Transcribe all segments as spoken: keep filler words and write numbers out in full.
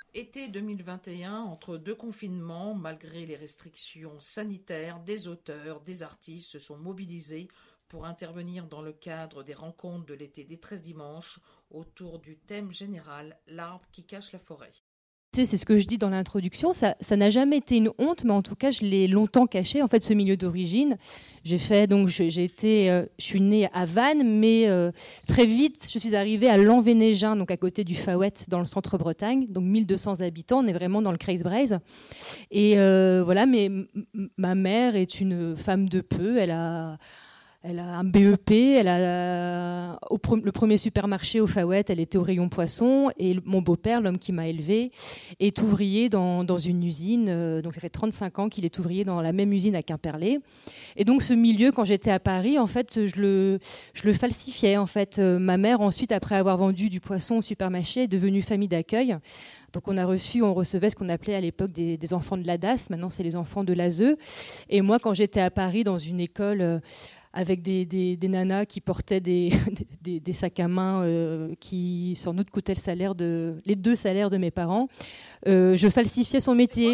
Été deux mille vingt et un, entre deux confinements, malgré les restrictions sanitaires, des auteurs, des artistes se sont mobilisés pour intervenir dans le cadre des rencontres de l'été des treize dimanches autour du thème général « L'arbre qui cache la forêt ». C'est ce que je dis dans l'introduction, ça, ça n'a jamais été une honte, mais en tout cas, je l'ai longtemps caché, en fait, ce milieu d'origine. J'ai fait, donc, j'ai été, euh, je suis née à Vannes, mais euh, très vite, je suis arrivée à Lanvénégin, donc à côté du Fawet, dans le centre-Bretagne, donc mille deux cents habitants, on est vraiment dans le Kreisbreizh. Et euh, voilà, mais m- ma mère est une femme de peu, elle a... Elle a un B E P, elle a au pre- le premier supermarché au Fawet, elle était au rayon poisson, et le- mon beau-père, l'homme qui m'a élevée, est ouvrier dans, dans une usine, euh, donc ça fait trente-cinq ans qu'il est ouvrier dans la même usine à Quimperlé. Et donc ce milieu, quand j'étais à Paris, en fait, je le, je le falsifiais. En fait, Euh, ma mère, ensuite, après avoir vendu du poisson au supermarché, est devenue famille d'accueil. Donc on a reçu, on recevait ce qu'on appelait à l'époque des, des enfants de l'A D A S, maintenant c'est les enfants de l'A S E. Et moi, quand j'étais à Paris dans une école euh, avec des, des, des nanas qui portaient des, des, des sacs à main euh, qui sans doute coûtaient le salaire de, les deux salaires de mes parents, euh, je falsifiais son métier.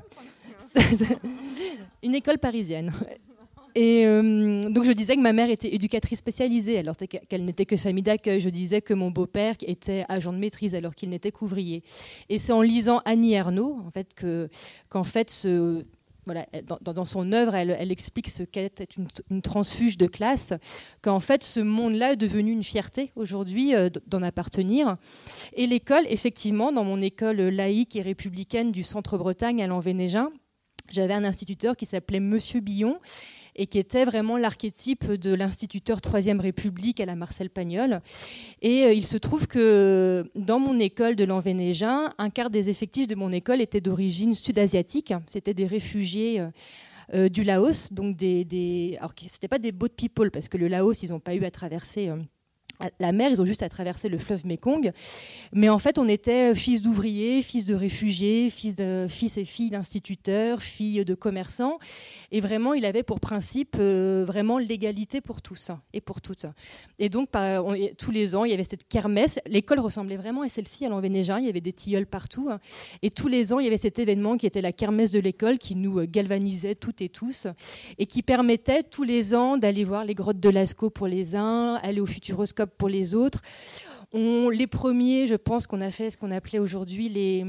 Une école parisienne. Et euh, donc je disais que ma mère était éducatrice spécialisée alors qu'elle n'était que famille d'accueil. Je disais que mon beau-père était agent de maîtrise alors qu'il n'était qu'ouvrier. Et c'est en lisant Annie Ernaux en fait, que, qu'en fait ce, voilà, dans, dans son œuvre, elle, elle explique ce qu'est une, une transfuge de classe, qu'en fait ce monde-là est devenu une fierté aujourd'hui euh, d'en appartenir. Et l'école, effectivement, dans mon école laïque et républicaine du Centre-Bretagne à Lanvénégin, j'avais un instituteur qui s'appelait Monsieur Billon et qui était vraiment l'archétype de l'instituteur Troisième République à la Marcel Pagnol. Et euh, il se trouve que dans mon école de Lanvénégin, un quart des effectifs de mon école étaient d'origine sud-asiatique. C'était des réfugiés euh, euh, du Laos, donc des, des... alors c'était pas des boat people parce que le Laos, ils n'ont pas eu à traverser euh, la mer, ils ont juste à traverser le fleuve Mékong. Mais en fait, on était fils d'ouvriers, fils de réfugiés, fils, de, fils et filles d'instituteurs, filles de commerçants. Et vraiment, il avait pour principe euh, vraiment l'égalité pour tous et pour toutes. Et donc, par, on, tous les ans, il y avait cette kermesse. L'école ressemblait vraiment à celle-ci, à Lanvénégin. Il y avait des tilleuls partout. Hein. Et tous les ans, il y avait cet événement qui était la kermesse de l'école qui nous galvanisait toutes et tous et qui permettait tous les ans d'aller voir les grottes de Lascaux pour les uns, aller au Futuroscope pour les autres. On, les premiers, je pense qu'on a fait ce qu'on appelait aujourd'hui les,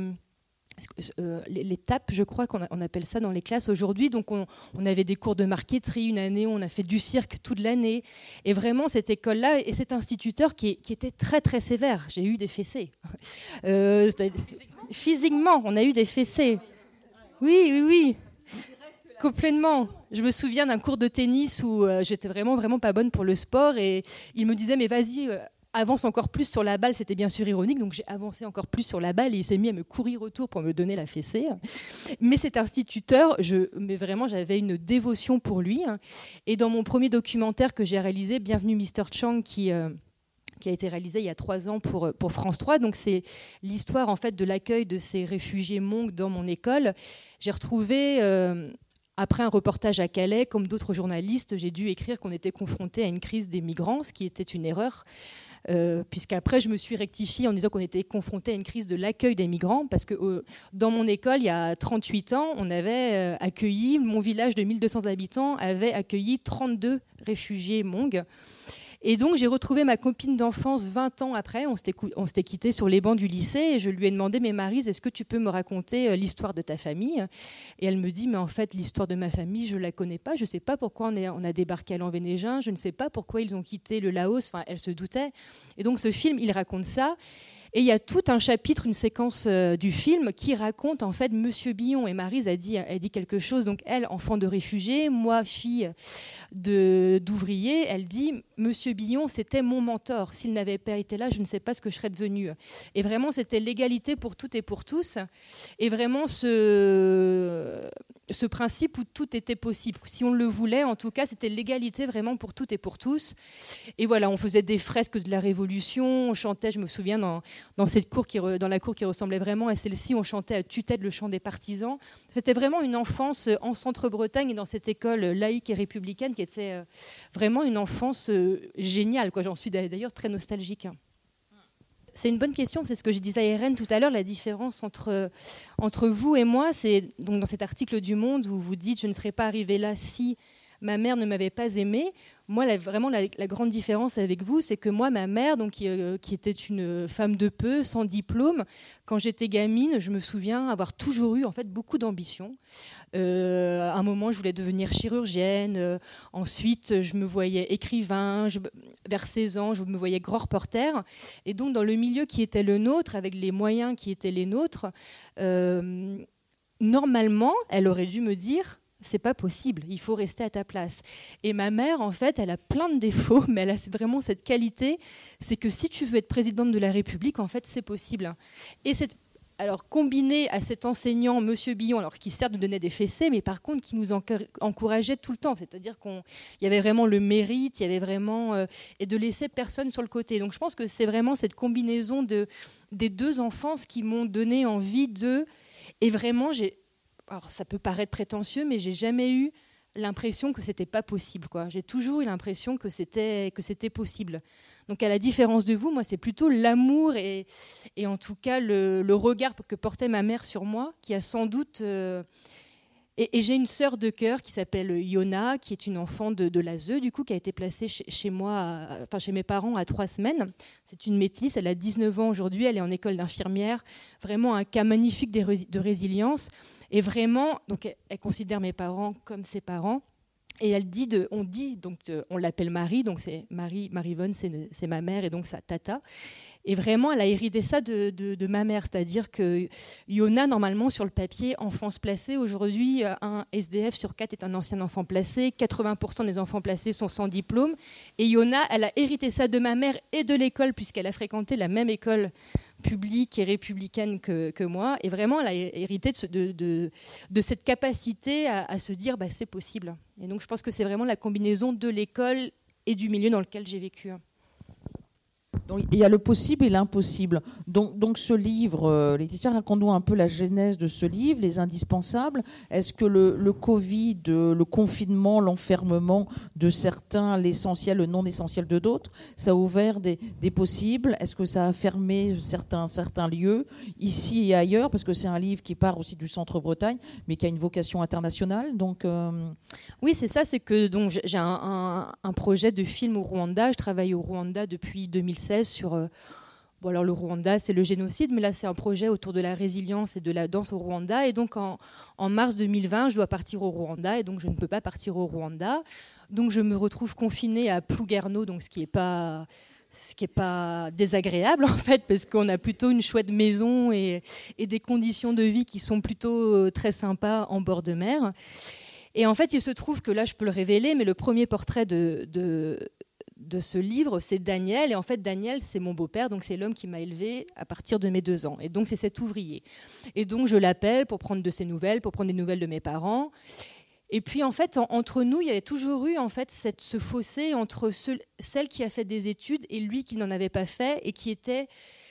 euh, les, les tapes, je crois qu'on a, on appelle ça dans les classes aujourd'hui. Donc on, on avait des cours de marqueterie une année, on a fait du cirque toute l'année. Et vraiment, cette école-là et cet instituteur qui, qui était très très sévère. J'ai eu des fessées. Euh, physiquement, physiquement, on a eu des fessées. Oui, oui, oui. Complètement. Je me souviens d'un cours de tennis où euh, j'étais vraiment, vraiment pas bonne pour le sport et il me disait mais vas-y, euh, avance encore plus sur la balle. C'était bien sûr ironique, donc j'ai avancé encore plus sur la balle et il s'est mis à me courir autour pour me donner la fessée. Mais cet instituteur, je, mais vraiment, j'avais une dévotion pour lui. Et dans mon premier documentaire que j'ai réalisé, Bienvenue Mister Chang, qui... Euh, qui a été réalisé il y a trois ans pour, pour France trois. Donc c'est l'histoire en fait de l'accueil de ces réfugiés Hmong dans mon école. J'ai retrouvé... Euh, Après un reportage à Calais, comme d'autres journalistes, j'ai dû écrire qu'on était confronté à une crise des migrants, ce qui était une erreur, euh, puisqu'après je me suis rectifiée en disant qu'on était confronté à une crise de l'accueil des migrants, parce que euh, dans mon école, il y a trente-huit ans, on avait euh, accueilli, mon village de mille deux cents habitants avait accueilli trente-deux réfugiés Hmong. Et donc, j'ai retrouvé ma copine d'enfance vingt ans après. On s'était, on s'était quittés sur les bancs du lycée. Et je lui ai demandé, mais Maryse, est-ce que tu peux me raconter l'histoire de ta famille ? Et elle me dit, mais en fait, l'histoire de ma famille, je ne la connais pas. Je ne sais pas pourquoi on, est, on a débarqué à Lanvénégin. Je ne sais pas pourquoi ils ont quitté le Laos. Enfin, elle se doutait. Et donc, ce film, il raconte ça. Et il y a tout un chapitre, une séquence euh, du film qui raconte en fait Monsieur Billon. Et Maryse a dit, a dit quelque chose. Donc elle, enfant de réfugié, moi, fille de, d'ouvrier, elle dit Monsieur Billon, c'était mon mentor. S'il n'avait pas été là, je ne sais pas ce que je serais devenue. Et vraiment, c'était l'égalité pour toutes et pour tous. Et vraiment ce, ce principe où tout était possible. Si on le voulait, en tout cas, c'était l'égalité vraiment pour toutes et pour tous. Et voilà, on faisait des fresques de la Révolution. On chantait, je me souviens, dans Dans, cette cour qui re, dans la cour qui ressemblait vraiment à celle-ci, on chantait à tue-tête le chant des partisans. C'était vraiment une enfance en Centre-Bretagne et dans cette école laïque et républicaine qui était vraiment une enfance géniale, quoi. J'en suis d'ailleurs très nostalgique. c'est une bonne question. C'est ce que je disais à Irène tout à l'heure, la différence entre, entre vous et moi. C'est donc dans cet article du Monde où vous dites « Je ne serais pas arrivée là si ma mère ne m'avait pas aimée ». Moi, la, vraiment, la, la grande différence avec vous, c'est que moi, ma mère, donc, qui, euh, qui était une femme de peu, sans diplôme, quand j'étais gamine, je me souviens avoir toujours eu en fait, beaucoup d'ambition. Euh, à un moment, je voulais devenir chirurgienne. Euh, ensuite, je me voyais écrivain. Je, vers seize ans, je me voyais grand reporter. Et donc, dans le milieu qui était le nôtre, avec les moyens qui étaient les nôtres, euh, normalement, elle aurait dû me dire... c'est pas possible, il faut rester à ta place. Et ma mère, en fait, elle a plein de défauts, mais elle a vraiment cette qualité, c'est que si tu veux être présidente de la République, en fait, c'est possible. Et c'est, alors, combiné à cet enseignant, Monsieur Billon, alors qui certes nous donnait des fessées, mais par contre, qui nous encourageait tout le temps. C'est-à-dire qu'il y avait vraiment le mérite, il y avait vraiment... Euh, et de laisser personne sur le côté. Donc, je pense que c'est vraiment cette combinaison de, des deux enfances qui m'ont donné envie de... Et vraiment, j'ai... Alors, ça peut paraître prétentieux, mais j'ai jamais eu l'impression que c'était pas possible, quoi. J'ai toujours eu l'impression que c'était que c'était possible. Donc, à la différence de vous, moi, c'est plutôt l'amour et, et en tout cas le, le regard que portait ma mère sur moi, qui a sans doute. Euh, et, et j'ai une sœur de cœur qui s'appelle Yona, qui est une enfant de, de l'A S E, du coup, qui a été placée chez, chez moi, à, enfin chez mes parents à trois semaines. C'est une métisse, elle a dix-neuf ans aujourd'hui, elle est en école d'infirmière. Vraiment un cas magnifique de, rés- de résilience. Et vraiment, donc elle, elle considère mes parents comme ses parents. Et elle dit, de, on dit, donc de, on l'appelle Marie, donc c'est Marie, Marie-Vonne, c'est, c'est ma mère et donc sa tata. Et vraiment, elle a hérité ça de, de, de ma mère, c'est-à-dire que Yona, normalement, sur le papier, enfance placée, aujourd'hui, un S D F sur quatre est un ancien enfant placé, quatre-vingts pour cent des enfants placés sont sans diplôme. Et Yona, elle a hérité ça de ma mère et de l'école, puisqu'elle a fréquenté la même école publique et républicaine que, que moi. Et vraiment, elle a hérité de, de, de, de cette capacité à, à se dire bah, c'est possible. Et donc, je pense que c'est vraiment la combinaison de l'école et du milieu dans lequel j'ai vécu. Donc, il y a le possible et l'impossible. Donc, donc ce livre, euh, Laetitia, raconte-nous un peu la genèse de ce livre, les indispensables. Est-ce que le, le Covid, le confinement, l'enfermement de certains, l'essentiel, le non essentiel de d'autres, ça a ouvert des, des possibles? Est-ce que ça a fermé certains, certains lieux, ici et ailleurs? Parce que c'est un livre qui part aussi du Centre-Bretagne, mais qui a une vocation internationale. Donc, euh... Oui, c'est ça. C'est que donc, j'ai un, un, un projet de film au Rwanda. Je travaille au Rwanda depuis deux mille seize sur... Euh, bon, alors le Rwanda, c'est le génocide, mais là, c'est un projet autour de la résilience et de la danse au Rwanda. Et donc, en, en mars deux mille vingt, je dois partir au Rwanda, et donc je ne peux pas partir au Rwanda. Donc, je me retrouve confinée à Plouguerneau, donc ce qui n'est pas... ce qui n'est pas désagréable, en fait, parce qu'on a plutôt une chouette maison et, et des conditions de vie qui sont plutôt très sympas en bord de mer. Et en fait, il se trouve que là, je peux le révéler, mais le premier portrait de... de de ce livre, c'est Daniel. Et en fait, Daniel, c'est mon beau-père, donc c'est l'homme qui m'a élevée à partir de mes deux ans. Et donc, c'est cet ouvrier. Et donc, je l'appelle pour prendre de ses nouvelles, pour prendre des nouvelles de mes parents. Et puis, en fait, en, entre nous, il y avait toujours eu en fait, cette, ce fossé entre ce, celle qui a fait des études et lui qui n'en avait pas fait et qui était...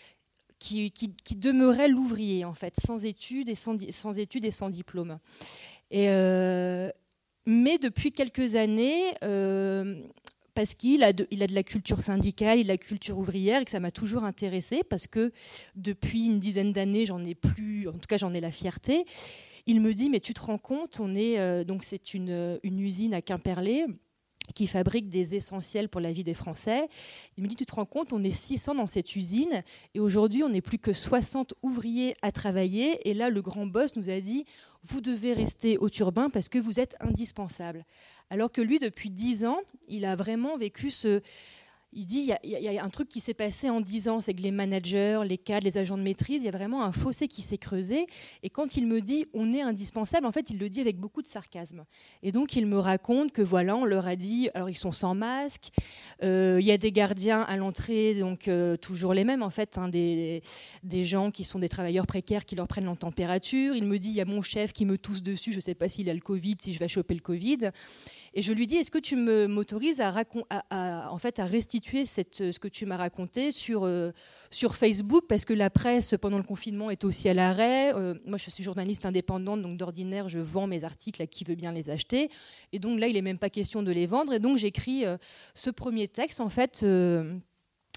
Qui, qui, qui demeurait l'ouvrier, en fait, sans études et sans, sans, études et sans diplôme. Et, euh, mais depuis quelques années... Euh, parce qu'il a de, il a de la culture syndicale, il a de la culture ouvrière et que ça m'a toujours intéressée parce que depuis une dizaine d'années, j'en ai plus, en tout cas j'en ai la fierté. Il me dit, mais tu te rends compte, on est, euh, donc c'est une, une usine à Quimperlé qui fabrique des essentiels pour la vie des Français. Il me dit, tu te rends compte, on est six cents dans cette usine et aujourd'hui, on n'est plus que soixante ouvriers à travailler. Et là, le grand boss nous a dit, vous devez rester au turbin parce que vous êtes indispensable. Alors que lui, depuis dix ans, il a vraiment vécu ce... Il dit, il y, y, y a un truc qui s'est passé en dix ans, c'est que les managers, les cadres, les agents de maîtrise, il y a vraiment un fossé qui s'est creusé. Et quand il me dit, on est indispensable, en fait, il le dit avec beaucoup de sarcasme. Et donc, il me raconte que voilà, on leur a dit, alors ils sont sans masque, euh, il y a des gardiens à l'entrée, donc euh, toujours les mêmes, en fait, hein, des, des gens qui sont des travailleurs précaires qui leur prennent la température. Il me dit, il y a mon chef qui me tousse dessus, je ne sais pas s'il a le Covid, si je vais choper le Covid. Et je lui dis, est-ce que tu me, m'autorises à, racon- à, à, en fait, à restituer cette, ce que tu m'as raconté sur, euh, sur Facebook, parce que la presse, pendant le confinement, est aussi à l'arrêt. Euh, moi, je suis journaliste indépendante, donc d'ordinaire, je vends mes articles à qui veut bien les acheter. Et donc là, il n'est même pas question de les vendre. Et donc, j'écris euh, ce premier texte, en fait... Euh,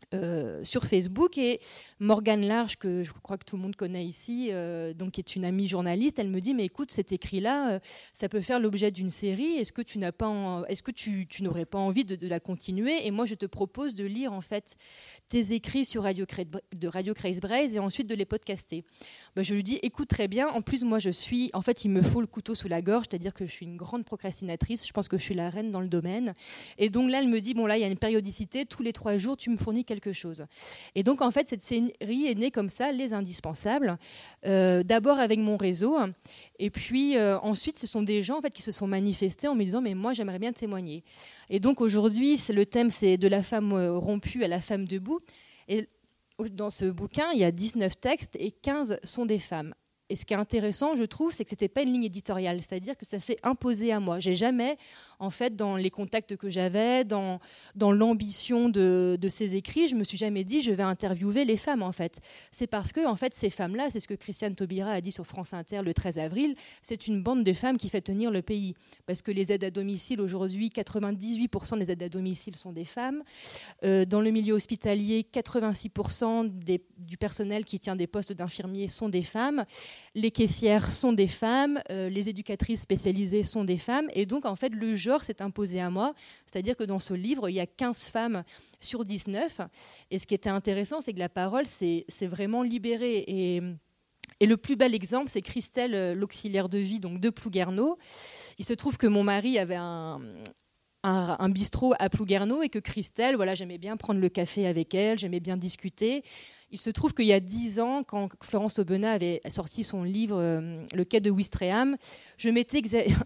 Euh, sur Facebook, et Morgane Large, que je crois que tout le monde connaît ici, euh, donc qui est une amie journaliste, elle me dit mais écoute, cet écrit-là, euh, ça peut faire l'objet d'une série. Est-ce que tu n'as pas, en... est-ce que tu, tu n'aurais pas envie de, de la continuer? Et moi, je te propose de lire en fait tes écrits sur Radio de Radio Craze Braze et ensuite de les podcaster. Ben, je lui dis écoute, très bien. En plus, moi, je suis, en fait, il me faut le couteau sous la gorge, c'est-à-dire que je suis une grande procrastinatrice. Je pense que je suis la reine dans le domaine. Et donc là, elle me dit bon là, il y a une périodicité, tous les trois jours, tu me fournis quelque quelque chose. Et donc, en fait, cette série est née comme ça, Les Indispensables, euh, d'abord avec mon réseau, et puis euh, ensuite, ce sont des gens en fait, qui se sont manifestés en me disant « mais moi, j'aimerais bien témoigner ». Et donc, aujourd'hui, le thème, c'est de la femme rompue à la femme debout. Et dans ce bouquin, il y a dix-neuf textes et quinze sont des femmes. Et ce qui est intéressant, je trouve, c'est que ce n'était pas une ligne éditoriale, c'est-à-dire que ça s'est imposé à moi. J'ai jamais, en fait, dans les contacts que j'avais, dans, dans l'ambition de, de ces écrits, je me suis jamais dit je vais interviewer les femmes, en fait. C'est parce que, en fait, ces femmes-là, c'est ce que Christiane Taubira a dit sur France Inter le treize avril, c'est une bande de femmes qui fait tenir le pays. Parce que les aides à domicile, aujourd'hui, quatre-vingt-dix-huit pour cent des aides à domicile sont des femmes. Euh, dans le milieu hospitalier, quatre-vingt-six pour cent des, du personnel qui tient des postes d'infirmiers sont des femmes. Les caissières sont des femmes, euh, les éducatrices spécialisées sont des femmes, et donc en fait le genre s'est imposé à moi, c'est-à-dire que dans ce livre il y a quinze femmes sur dix-neuf, et ce qui était intéressant c'est que la parole s'est vraiment libérée, et, et le plus bel exemple c'est Christelle, l'auxiliaire de vie donc de Plouguerneau. Il se trouve que mon mari avait un... Un, un bistrot à Plouguerneau et que Christelle, voilà, j'aimais bien prendre le café avec elle, j'aimais bien discuter. Il se trouve qu'il y a dix ans, quand Florence Aubenas avait sorti son livre euh, Le quai de Ouistreham, je m'étais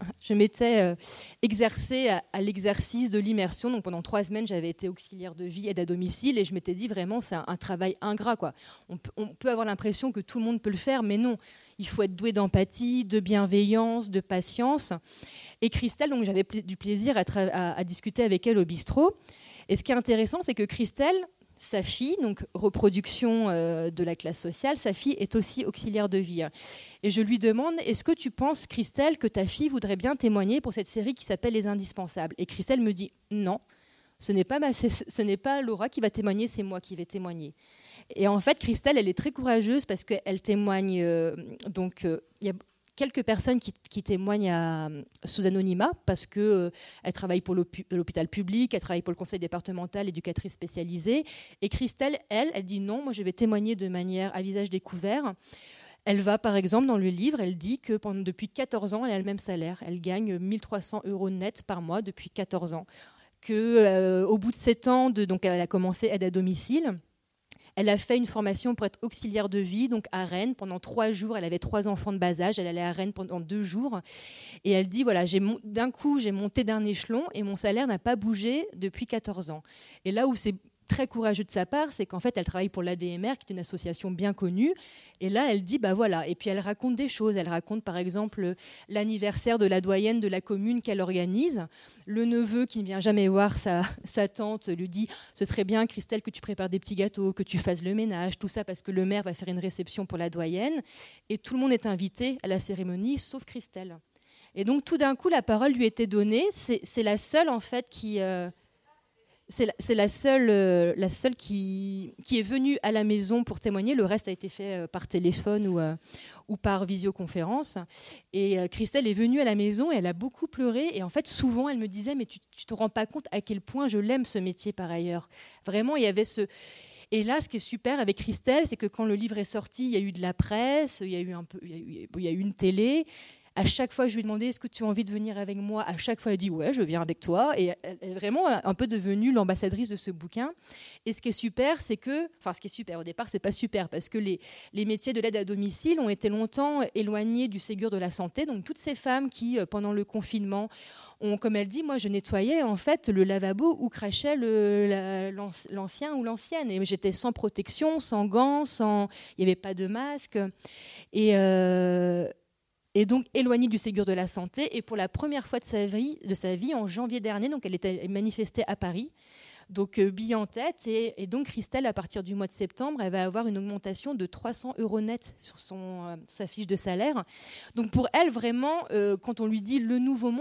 euh, exercée à, à l'exercice de l'immersion. Donc pendant trois semaines, j'avais été auxiliaire de vie, aide à domicile, et je m'étais dit vraiment, c'est un, un travail ingrat, quoi. On, on peut avoir l'impression que tout le monde peut le faire, mais non. Il faut être doué d'empathie, de bienveillance, de patience. Et Christelle, donc j'avais pl- du plaisir à, tra- à, à discuter avec elle au bistrot. Et ce qui est intéressant, c'est que Christelle, sa fille, donc reproduction euh, de la classe sociale, sa fille est aussi auxiliaire de vie. Et je lui demande, est-ce que tu penses, Christelle, que ta fille voudrait bien témoigner pour cette série qui s'appelle Les Indispensables? Et Christelle me dit, non, ce n'est pas, ma, ce n'est pas Laura qui va témoigner, c'est moi qui vais témoigner. Et en fait, Christelle, elle est très courageuse parce qu'elle témoigne, euh, donc il euh, y a quelques personnes qui, qui témoignent à, sous anonymat parce qu'elle euh, travaille pour l'hôpital public, elle travaille pour le conseil départemental, éducatrice spécialisée. Et Christelle, elle, elle dit non, moi je vais témoigner de manière à visage découvert. Elle va, par exemple, dans le livre, elle dit que pendant, depuis quatorze ans, elle a le même salaire. Elle gagne mille trois cents euros net par mois depuis quatorze ans. Qu'au euh, bout de sept ans, de, donc elle a commencé aide à domicile. Elle a fait une formation pour être auxiliaire de vie, donc à Rennes. Pendant trois jours, elle avait trois enfants de bas âge. Elle allait à Rennes pendant deux jours. Et elle dit, voilà, j'ai mon... d'un coup, j'ai monté d'un échelon et mon salaire n'a pas bougé depuis quatorze ans. Et là où c'est très courageux de sa part, c'est qu'en fait, elle travaille pour l'A D M R, qui est une association bien connue. Et là, elle dit, bah voilà. Et puis, elle raconte des choses. Elle raconte, par exemple, l'anniversaire de la doyenne de la commune qu'elle organise. Le neveu, qui ne vient jamais voir sa, sa tante, lui dit, ce serait bien, Christelle, que tu prépares des petits gâteaux, que tu fasses le ménage, tout ça, parce que le maire va faire une réception pour la doyenne. Et tout le monde est invité à la cérémonie, sauf Christelle. Et donc, tout d'un coup, la parole lui était donnée. C'est, c'est la seule, en fait, qui... Euh, C'est la, c'est la seule, euh, la seule qui, qui est venue à la maison pour témoigner. Le reste a été fait euh, par téléphone ou, euh, ou par visioconférence. Et euh, Christelle est venue à la maison et elle a beaucoup pleuré. Et en fait, souvent, elle me disait « Mais tu ne te rends pas compte à quel point je l'aime, ce métier, par ailleurs. » Vraiment, il y avait ce... Et là, ce qui est super avec Christelle, c'est que quand le livre est sorti, il y a eu de la presse, il y a eu, un peu, il y a eu, il y a eu une télé. À chaque fois, je lui ai demandé « Est-ce que tu as envie de venir avec moi ?» À chaque fois, elle dit « Ouais, je viens avec toi. » Et elle est vraiment un peu devenue l'ambassadrice de ce bouquin. Et ce qui est super, c'est que... Enfin, ce qui est super, au départ, c'est pas super, parce que les, les métiers de l'aide à domicile ont été longtemps éloignés du Ségur de la santé. Donc, toutes ces femmes qui, pendant le confinement, ont, comme elle dit, moi, je nettoyais en fait le lavabo où crachait le, la, l'ancien ou l'ancienne. Et j'étais sans protection, sans gants, sans... il n'y avait pas de masque. Et... Euh... Et donc éloignée du Ségur de la santé. Et pour la première fois de sa vie, de sa vie en janvier dernier, donc elle était manifestée à Paris, donc euh, bille en tête. Et, et donc Christelle, à partir du mois de septembre, elle va avoir une augmentation de trois cents euros net sur son, euh, sa fiche de salaire. Donc pour elle, vraiment, euh, quand on lui dit le nouveau monde,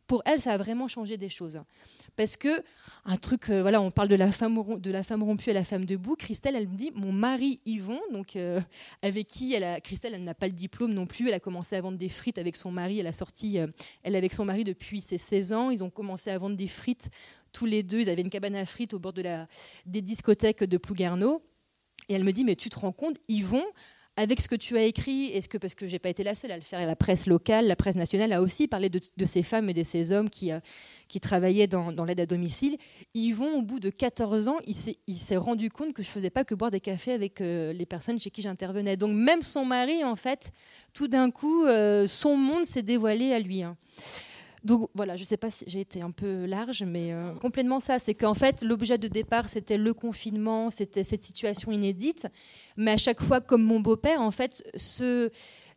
pour elle, ça a vraiment changé des choses. Parce que, un truc, euh, voilà, on parle de la, femme, de la femme rompue à la femme debout. Christelle, elle me dit, mon mari Yvon, donc, euh, avec qui elle a, Christelle, elle n'a pas le diplôme non plus. Elle a commencé à vendre des frites avec son mari. Elle a sorti, euh, elle est avec son mari depuis ses seize ans. Ils ont commencé à vendre des frites tous les deux. Ils avaient une cabane à frites au bord de la, des discothèques de Plouguerneau. Et elle me dit, mais tu te rends compte, Yvon, avec ce que tu as écrit, est-ce que, parce que je n'ai pas été la seule à le faire, et la presse locale, la presse nationale a aussi parlé de, de ces femmes et de ces hommes qui, euh, qui travaillaient dans, dans l'aide à domicile. Yvon, au bout de quatorze ans, il s'est, il s'est rendu compte que je ne faisais pas que boire des cafés avec euh, les personnes chez qui j'intervenais. Donc même son mari, en fait, tout d'un coup, euh, son monde s'est dévoilé à lui. Hein. Donc voilà, je ne sais pas si j'ai été un peu large, mais euh, complètement ça. C'est qu'en fait, l'objet de départ, c'était le confinement, c'était cette situation inédite. Mais à chaque fois, comme mon beau-père, en fait, ce,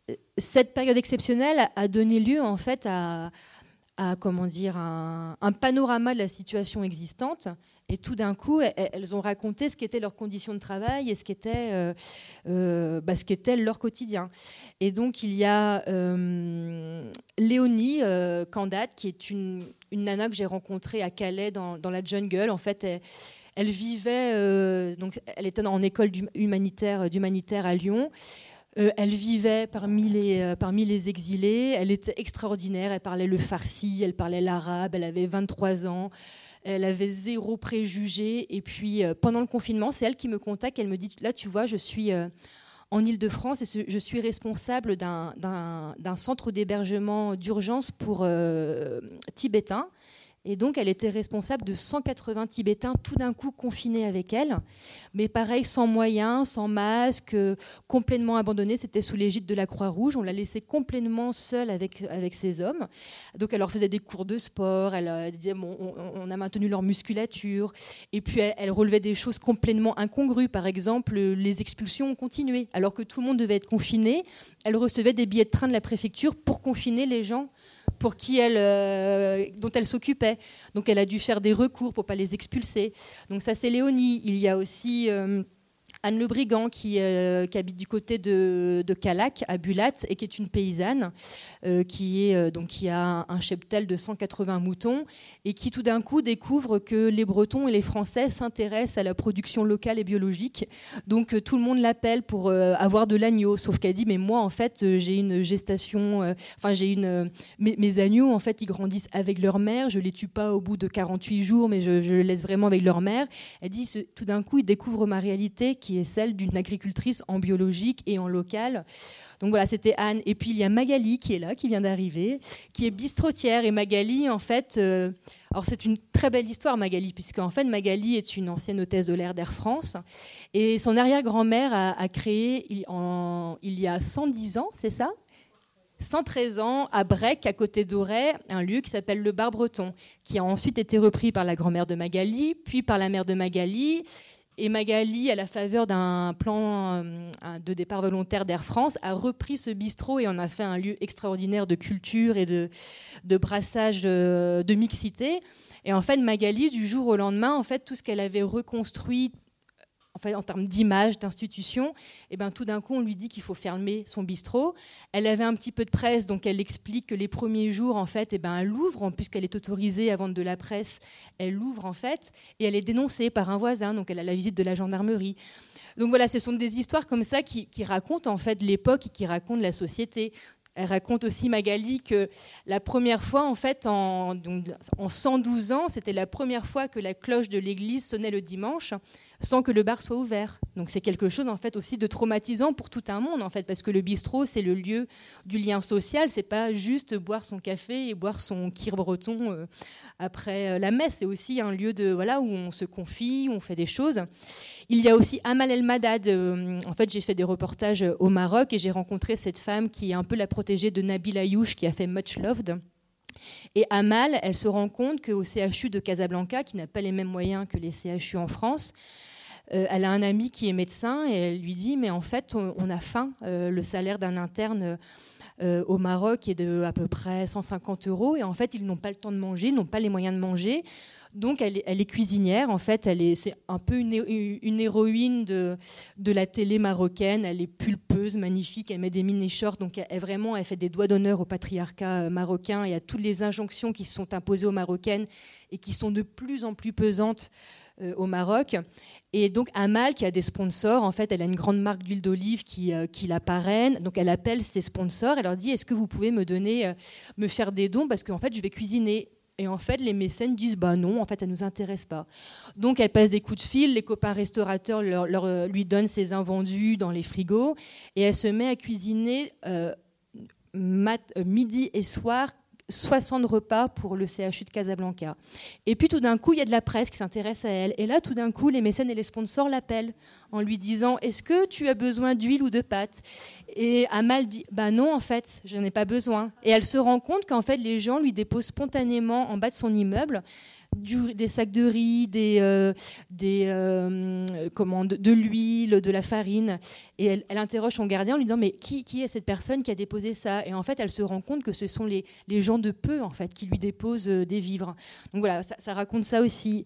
cette période exceptionnelle a donné lieu en fait à, à comment dire, un, un panorama de la situation existante. Et tout d'un coup, elles ont raconté ce qu'étaient leurs conditions de travail et ce qu'était, euh, euh, bah, ce qu'était leur quotidien. Et donc, il y a euh, Léonie euh, Candat, qui est une, une nana que j'ai rencontrée à Calais, dans, dans la jungle. En fait, elle, elle vivait... Euh, donc, elle était en école humanitaire, d'humanitaire à Lyon. Euh, elle vivait parmi les, euh, parmi les exilés. Elle était extraordinaire. Elle parlait le farsi, elle parlait l'arabe. Elle avait vingt-trois ans. Elle avait zéro préjugé. Et puis, euh, pendant le confinement, c'est elle qui me contacte. Elle me dit, là, tu vois, je suis euh, en Île-de-France et ce, je suis responsable d'un, d'un, d'un centre d'hébergement d'urgence pour euh, Tibétains. Et donc, elle était responsable de cent quatre-vingts Tibétains tout d'un coup confinés avec elle. Mais pareil, sans moyens, sans masque, euh, complètement abandonnée. C'était sous l'égide de la Croix-Rouge. On l'a laissée complètement seule avec, avec ces hommes. Donc, elle leur faisait des cours de sport. Elle, elle disait, bon, on, on a maintenu leur musculature. Et puis, elle, elle relevait des choses complètement incongrues. Par exemple, les expulsions ont continué. Alors que tout le monde devait être confiné, elle recevait des billets de train de la préfecture pour confiner les gens pour qui elle, euh, dont elle s'occupait. Donc elle a dû faire des recours pour ne pas les expulser. Donc ça, c'est Léonie. Il y a aussi euh, Anne Le Brigand qui, euh, qui habite du côté de, de Calac, à Bulat, et qui est une paysanne euh, qui, est, euh, donc, qui a un, un cheptel de cent quatre-vingts moutons et qui tout d'un coup découvre que les Bretons et les Français s'intéressent à la production locale et biologique. Donc euh, tout le monde l'appelle pour euh, avoir de l'agneau, sauf qu'elle dit mais moi en fait euh, j'ai une gestation, enfin euh, j'ai une euh, mes, mes agneaux en fait ils grandissent avec leur mère, je les tue pas au bout de quarante-huit jours, mais je, je les laisse vraiment avec leur mère. Elle dit ce, tout d'un coup ils découvrent ma réalité qui est celle d'une agricultrice en biologique et en local. Donc voilà, c'était Anne. Et puis il y a Magali qui est là, qui vient d'arriver, qui est bistrotière. Et Magali, en fait, euh, alors c'est une très belle histoire, Magali, puisque en fait Magali est une ancienne hôtesse de l'air d'Air France. Et son arrière-grand-mère a, a créé, il, en, il y a cent dix ans, c'est ça ? cent treize ans, à Brec, à côté d'Auray, un lieu qui s'appelle le Bar Breton, qui a ensuite été repris par la grand-mère de Magali, puis par la mère de Magali. Et Magali, à la faveur d'un plan de départ volontaire d'Air France, a repris ce bistrot et en a fait un lieu extraordinaire de culture et de, de brassage, de, de mixité. Et en fait, Magali, du jour au lendemain, en fait, tout ce qu'elle avait reconstruit, en fait, en termes d'image, d'institution, et ben, tout d'un coup, on lui dit qu'il faut fermer son bistrot. Elle avait un petit peu de presse, donc elle explique que les premiers jours, en fait, et ben, elle ouvre, puisqu'elle est autorisée à vendre de la presse, elle ouvre, en fait, et elle est dénoncée par un voisin, donc elle a la visite de la gendarmerie. Donc voilà, ce sont des histoires comme ça qui, qui racontent, en fait, l'époque et qui racontent la société. Elle raconte aussi, Magali, que la première fois, en fait, en, donc, en cent douze ans, c'était la première fois que la cloche de l'église sonnait le dimanche, sans que le bar soit ouvert. Donc c'est quelque chose en fait aussi de traumatisant pour tout un monde en fait, parce que le bistrot c'est le lieu du lien social, c'est pas juste boire son café et boire son kir breton euh, après la messe, c'est aussi un lieu de voilà où on se confie, où on fait des choses. Il y a aussi Amal El Madad. Euh, en fait, j'ai fait des reportages au Maroc et j'ai rencontré cette femme qui est un peu la protégée de Nabil Ayouch qui a fait Much Loved. Et Amal, elle se rend compte qu'au C H U de Casablanca, qui n'a pas les mêmes moyens que les C H U en France, Euh, elle a un ami qui est médecin et elle lui dit mais en fait on, on a faim, euh, le salaire d'un interne euh, au Maroc est de à peu près cent cinquante euros et en fait ils n'ont pas le temps de manger, ils n'ont pas les moyens de manger, Donc elle est, elle est cuisinière, en fait, elle est, c'est un peu une, une héroïne de, de la télé marocaine. Elle est pulpeuse, magnifique, elle met des mini-shorts, donc elle, elle, vraiment, elle fait des doigts d'honneur au patriarcat marocain et à toutes les injonctions qui sont imposées aux Marocaines et qui sont de plus en plus pesantes euh, au Maroc. Et donc Amal, qui a des sponsors, en fait, elle a une grande marque d'huile d'olive qui, euh, qui la parraine. Donc elle appelle ses sponsors, elle leur dit, est-ce que vous pouvez me donner, euh, me faire des dons parce qu'en fait, je vais cuisiner. Et en fait, les mécènes disent bah non, en fait, ça ne nous intéresse pas. Donc, elle passe des coups de fil, les copains restaurateurs leur, leur, lui donnent ses invendus dans les frigos, et elle se met à cuisiner euh, mat, euh, midi et soir, soixante repas pour le C H U de Casablanca. Et puis, tout d'un coup, il y a de la presse qui s'intéresse à elle. Et là, tout d'un coup, les mécènes et les sponsors l'appellent en lui disant « Est-ce que tu as besoin d'huile ou de pâtes ?» Et Amal dit « Bah non, en fait, je n'en ai pas besoin. » Et elle se rend compte qu'en fait, les gens lui déposent spontanément en bas de son immeuble Du, des sacs de riz, des, euh, des, euh, comment, de, de l'huile, de la farine. Et elle, elle interroge son gardien en lui disant mais qui, qui est cette personne qui a déposé ça? Et en fait, elle se rend compte que ce sont les, les gens de peu en fait, qui lui déposent des vivres. Donc voilà, ça, ça raconte ça aussi.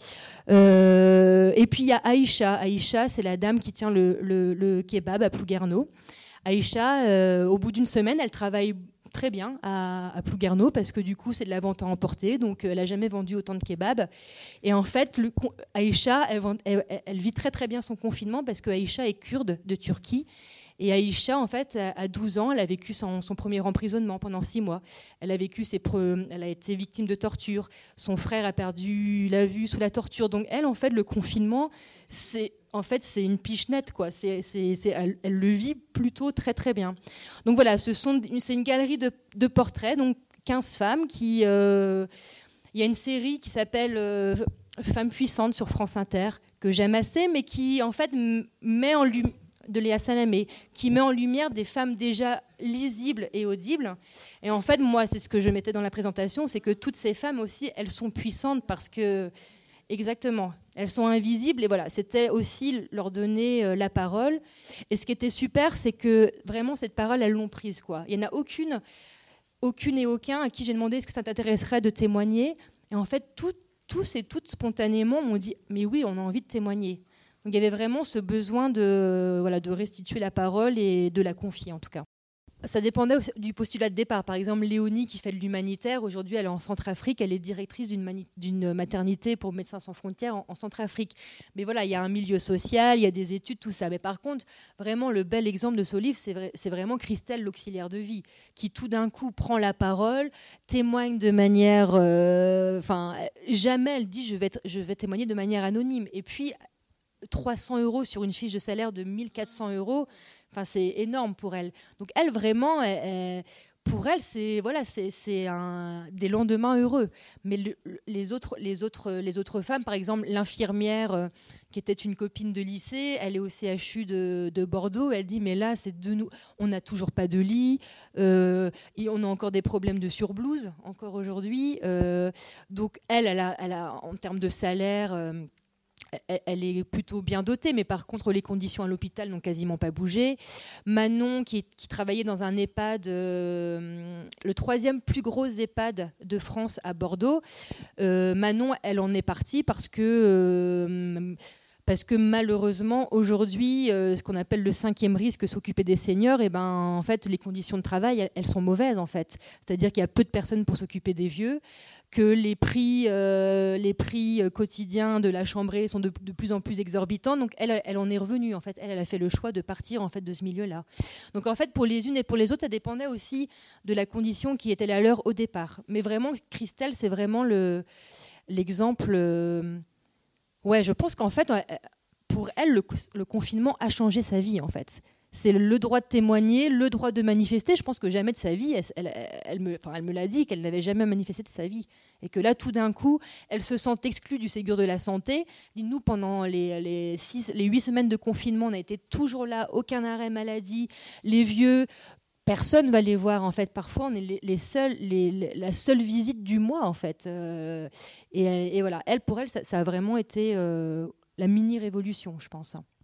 Euh, et puis il y a Aïcha. Aïcha, c'est la dame qui tient le, le, le kebab à Plouguerneau. Aïcha, euh, au bout d'une semaine, elle travaille très bien à, à Plouguerneau parce que du coup c'est de la vente à emporter, donc elle n'a jamais vendu autant de kebabs. Et en fait, le, Aïcha, elle, elle, elle vit très très bien son confinement parce que Aïcha est kurde de Turquie. Et Aïcha, en fait, à douze ans, elle a vécu son, son premier emprisonnement pendant six mois. Elle a vécu ses pre... elle a été victime de torture. Son frère a perdu la vue sous la torture. Donc elle, en fait, le confinement, c'est en fait c'est une pichenette, quoi. C'est, c'est, c'est, elle, elle le vit plutôt très très bien. Donc voilà, ce sont, c'est une galerie de, de portraits, donc quinze femmes qui. Euh... Il y a une série qui s'appelle euh, Femmes puissantes sur France Inter que j'aime assez, mais qui en fait met en lumière de Léa Salamé, qui met en lumière des femmes déjà lisibles et audibles. Et en fait, moi, c'est ce que je mettais dans la présentation, c'est que toutes ces femmes aussi, elles sont puissantes parce que, exactement, elles sont invisibles. Et voilà, c'était aussi leur donner euh, la parole. Et ce qui était super, c'est que vraiment, cette parole, elles l'ont prise, quoi. Il n'y en a aucune, aucune et aucun à qui j'ai demandé est-ce que ça t'intéresserait de témoigner. Et en fait, tout, tous et toutes spontanément m'ont dit mais oui, on a envie de témoigner. Donc il y avait vraiment ce besoin de, voilà, de restituer la parole et de la confier en tout cas. Ça dépendait du postulat de départ. Par exemple, Léonie qui fait de l'humanitaire, aujourd'hui elle est en Centrafrique, elle est directrice d'une, mani- d'une maternité pour Médecins sans frontières en, en Centrafrique. Mais voilà, il y a un milieu social, il y a des études, tout ça. Mais par contre, vraiment le bel exemple de ce livre, c'est, vrai, c'est vraiment Christelle, l'auxiliaire de vie, qui tout d'un coup prend la parole, témoigne de manière... Enfin, euh, jamais elle dit je vais, t- je vais témoigner de manière anonyme. Et puis... trois cents euros sur une fiche de salaire de mille quatre cents euros, enfin, c'est énorme pour elle. Donc elle, vraiment, elle, elle, pour elle, c'est, voilà, c'est, c'est un, des lendemains heureux. Mais le, les, autres, les, autres, les autres femmes, par exemple, l'infirmière euh, qui était une copine de lycée, elle est au C H U de, de Bordeaux, elle dit, mais là, c'est de nous, on n'a toujours pas de lit, euh, et on a encore des problèmes de surblouse, encore aujourd'hui. Euh, donc elle, elle a, elle a, en termes de salaire... Euh, elle est plutôt bien dotée, mais par contre, les conditions à l'hôpital n'ont quasiment pas bougé. Manon, qui, qui travaillait dans un EHPAD, euh, le troisième plus gros EHPAD de France à Bordeaux, euh, Manon, elle en est partie parce que... Euh, Parce que malheureusement, aujourd'hui, euh, ce qu'on appelle le cinquième risque, s'occuper des seniors, et ben, en fait, les conditions de travail, elles, elles sont mauvaises. En fait. C'est-à-dire qu'il y a peu de personnes pour s'occuper des vieux, que les prix, euh, les prix quotidiens de la chambrée sont de, de plus en plus exorbitants. Donc, elle, elle en est revenue. En fait. Elle, elle a fait le choix de partir en fait, de ce milieu-là. Donc, en fait, pour les unes et pour les autres, ça dépendait aussi de la condition qui était la leur au départ. Mais vraiment, Christelle, c'est vraiment le, l'exemple... Euh, Ouais, je pense qu'en fait, pour elle, le, le confinement a changé sa vie, en fait. C'est le droit de témoigner, le droit de manifester. Je pense que jamais de sa vie, elle, elle, elle, me, enfin, elle me l'a dit, qu'elle n'avait jamais manifesté de sa vie. Et que là, tout d'un coup, elle se sent exclue du Ségur de la santé. Nous, pendant les, les, six, les huit semaines de confinement, on a été toujours là, aucun arrêt maladie. Les vieux... Personne va les voir en fait. Parfois, on est les, les seuls, les, les, la seule visite du mois en fait. Euh, et, et voilà, elle pour elle, ça, ça a vraiment été euh, la mini révolution, je pense.